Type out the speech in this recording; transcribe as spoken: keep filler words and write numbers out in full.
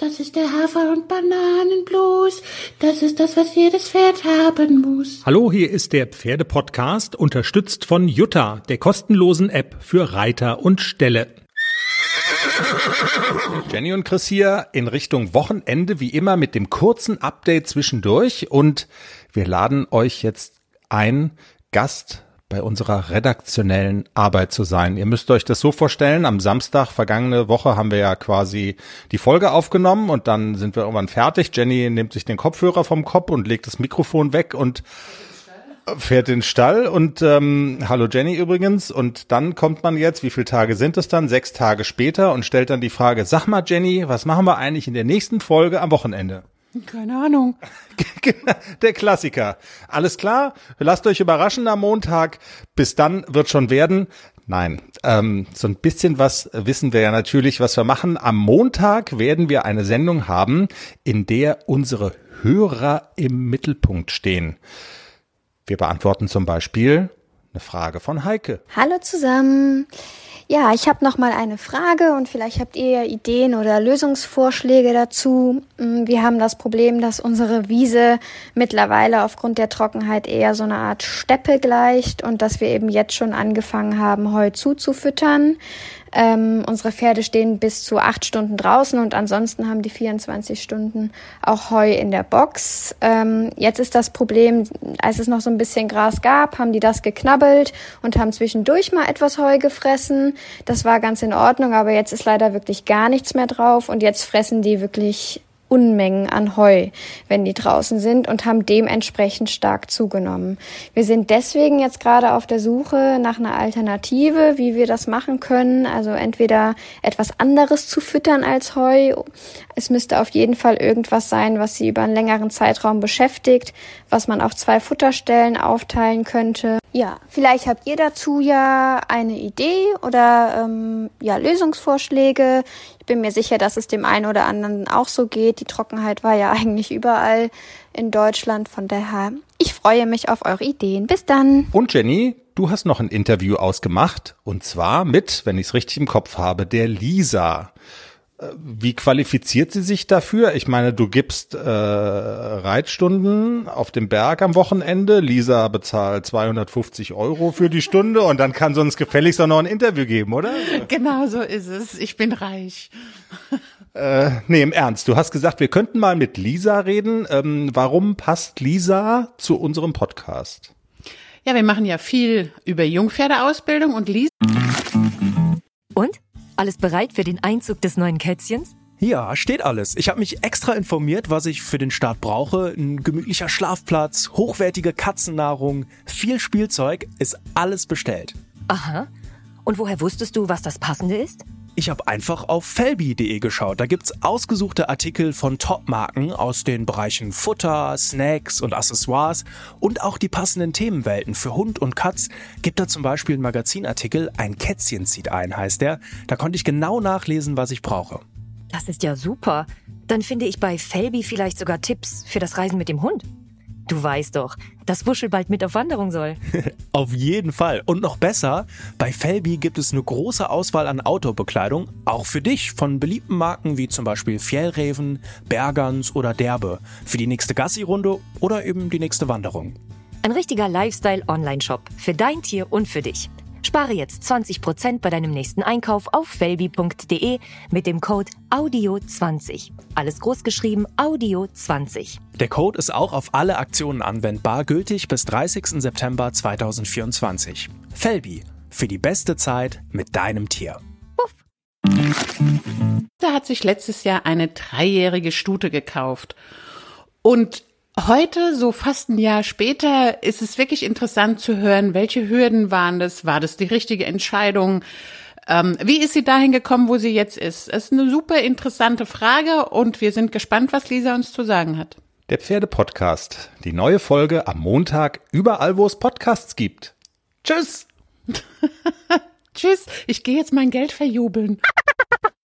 Das ist der Hafer- und Bananenblues. Das ist das, was jedes Pferd haben muss. Hallo, hier ist der Pferdepodcast, unterstützt von Jutta, der kostenlosen App für Reiter und Ställe. Jenny und Chris hier in Richtung Wochenende, wie immer mit dem kurzen Update zwischendurch. Und wir laden euch jetzt ein, Gast bei unserer redaktionellen Arbeit zu sein. Ihr müsst euch das so vorstellen, am Samstag vergangene Woche haben wir ja quasi die Folge aufgenommen und dann sind wir irgendwann fertig. Jenny nimmt sich den Kopfhörer vom Kopf und legt das Mikrofon weg und fährt in den Stall und ähm, hallo Jenny übrigens, und dann kommt man jetzt, wie viele Tage sind es dann? Sechs Tage später und stellt dann die Frage, sag mal Jenny, was machen wir eigentlich in der nächsten Folge am Wochenende? Keine Ahnung. Der Klassiker. Alles klar? Lasst euch überraschen am Montag. Bis dann wird schon werden. Nein, ähm, so ein bisschen was wissen wir ja natürlich, was wir machen. Am Montag werden wir eine Sendung haben, in der unsere Hörer im Mittelpunkt stehen. Wir beantworten zum Beispiel eine Frage von Heike. Hallo zusammen. Ja, ich habe noch mal eine Frage und vielleicht habt ihr ja Ideen oder Lösungsvorschläge dazu. Wir haben das Problem, dass unsere Wiese mittlerweile aufgrund der Trockenheit eher so eine Art Steppe gleicht und dass wir eben jetzt schon angefangen haben, Heu zuzufüttern. Ähm, unsere Pferde stehen bis zu acht Stunden draußen und ansonsten haben die vierundzwanzig Stunden auch Heu in der Box. Ähm, jetzt ist das Problem, als es noch so ein bisschen Gras gab, haben die das geknabbelt und haben zwischendurch mal etwas Heu gefressen. Das war ganz in Ordnung, aber jetzt ist leider wirklich gar nichts mehr drauf und jetzt fressen die wirklich Unmengen an Heu, wenn die draußen sind, und haben dementsprechend stark zugenommen. Wir sind deswegen jetzt gerade auf der Suche nach einer Alternative, wie wir das machen können. Also entweder etwas anderes zu füttern als Heu. Es müsste auf jeden Fall irgendwas sein, was sie über einen längeren Zeitraum beschäftigt, was man auf zwei Futterstellen aufteilen könnte. Ja, vielleicht habt ihr dazu ja eine Idee oder ähm, ja Lösungsvorschläge. Ich bin mir sicher, dass es dem einen oder anderen auch so geht. Die Trockenheit war ja eigentlich überall in Deutschland. Von daher, ich freue mich auf eure Ideen. Bis dann. Und Jenny, du hast noch ein Interview ausgemacht. Und zwar mit, wenn ich es richtig im Kopf habe, der Lisa. Wie qualifiziert sie sich dafür? Ich meine, du gibst äh, Reitstunden auf dem Berg am Wochenende. Lisa bezahlt zweihundertfünfzig Euro für die Stunde und dann kann sie uns gefälligst auch noch ein Interview geben, oder? Genau so ist es. Ich bin reich. Äh, nee, im Ernst. Du hast gesagt, wir könnten mal mit Lisa reden. Ähm, warum passt Lisa zu unserem Podcast? Ja, wir machen ja viel über Jungpferdeausbildung und Lisa. Und? Alles bereit für den Einzug des neuen Kätzchens? Ja, steht alles. Ich habe mich extra informiert, was ich für den Start brauche. Ein gemütlicher Schlafplatz, hochwertige Katzennahrung, viel Spielzeug, ist alles bestellt. Aha. Und woher wusstest du, was das Passende ist? Ich habe einfach auf felbi punkt de geschaut. Da gibt's ausgesuchte Artikel von Top-Marken aus den Bereichen Futter, Snacks und Accessoires und auch die passenden Themenwelten für Hund und Katz. Gibt da zum Beispiel einen Magazinartikel, ein Kätzchen zieht ein, heißt der. Da konnte ich genau nachlesen, was ich brauche. Das ist ja super. Dann finde ich bei Felbi vielleicht sogar Tipps für das Reisen mit dem Hund. Du weißt doch, dass Wuschel bald mit auf Wanderung soll. Auf jeden Fall. Und noch besser, bei Felbi gibt es eine große Auswahl an Outdoor-Bekleidung, auch für dich, von beliebten Marken wie zum Beispiel Fjällräven, Bergans oder Derbe, für die nächste Gassi-Runde oder eben die nächste Wanderung. Ein richtiger Lifestyle-Online-Shop für dein Tier und für dich. Spare jetzt zwanzig Prozent bei deinem nächsten Einkauf auf felbi punkt de mit dem Code Audio zwanzig. Alles großgeschrieben, Audio zwanzig. Der Code ist auch auf alle Aktionen anwendbar, gültig bis dreißigsten September zweitausendvierundzwanzig. Felbi, für die beste Zeit mit deinem Tier. Puff. Da hat sich letztes Jahr eine dreijährige Stute gekauft. Und heute, so fast ein Jahr später, ist es wirklich interessant zu hören, welche Hürden waren das? War das die richtige Entscheidung? Ähm, wie ist sie dahin gekommen, wo sie jetzt ist? Das ist eine super interessante Frage und wir sind gespannt, was Lisa uns zu sagen hat. Der Pferde-Podcast. Die neue Folge am Montag, überall, wo es Podcasts gibt. Tschüss! Tschüss, ich gehe jetzt mein Geld verjubeln.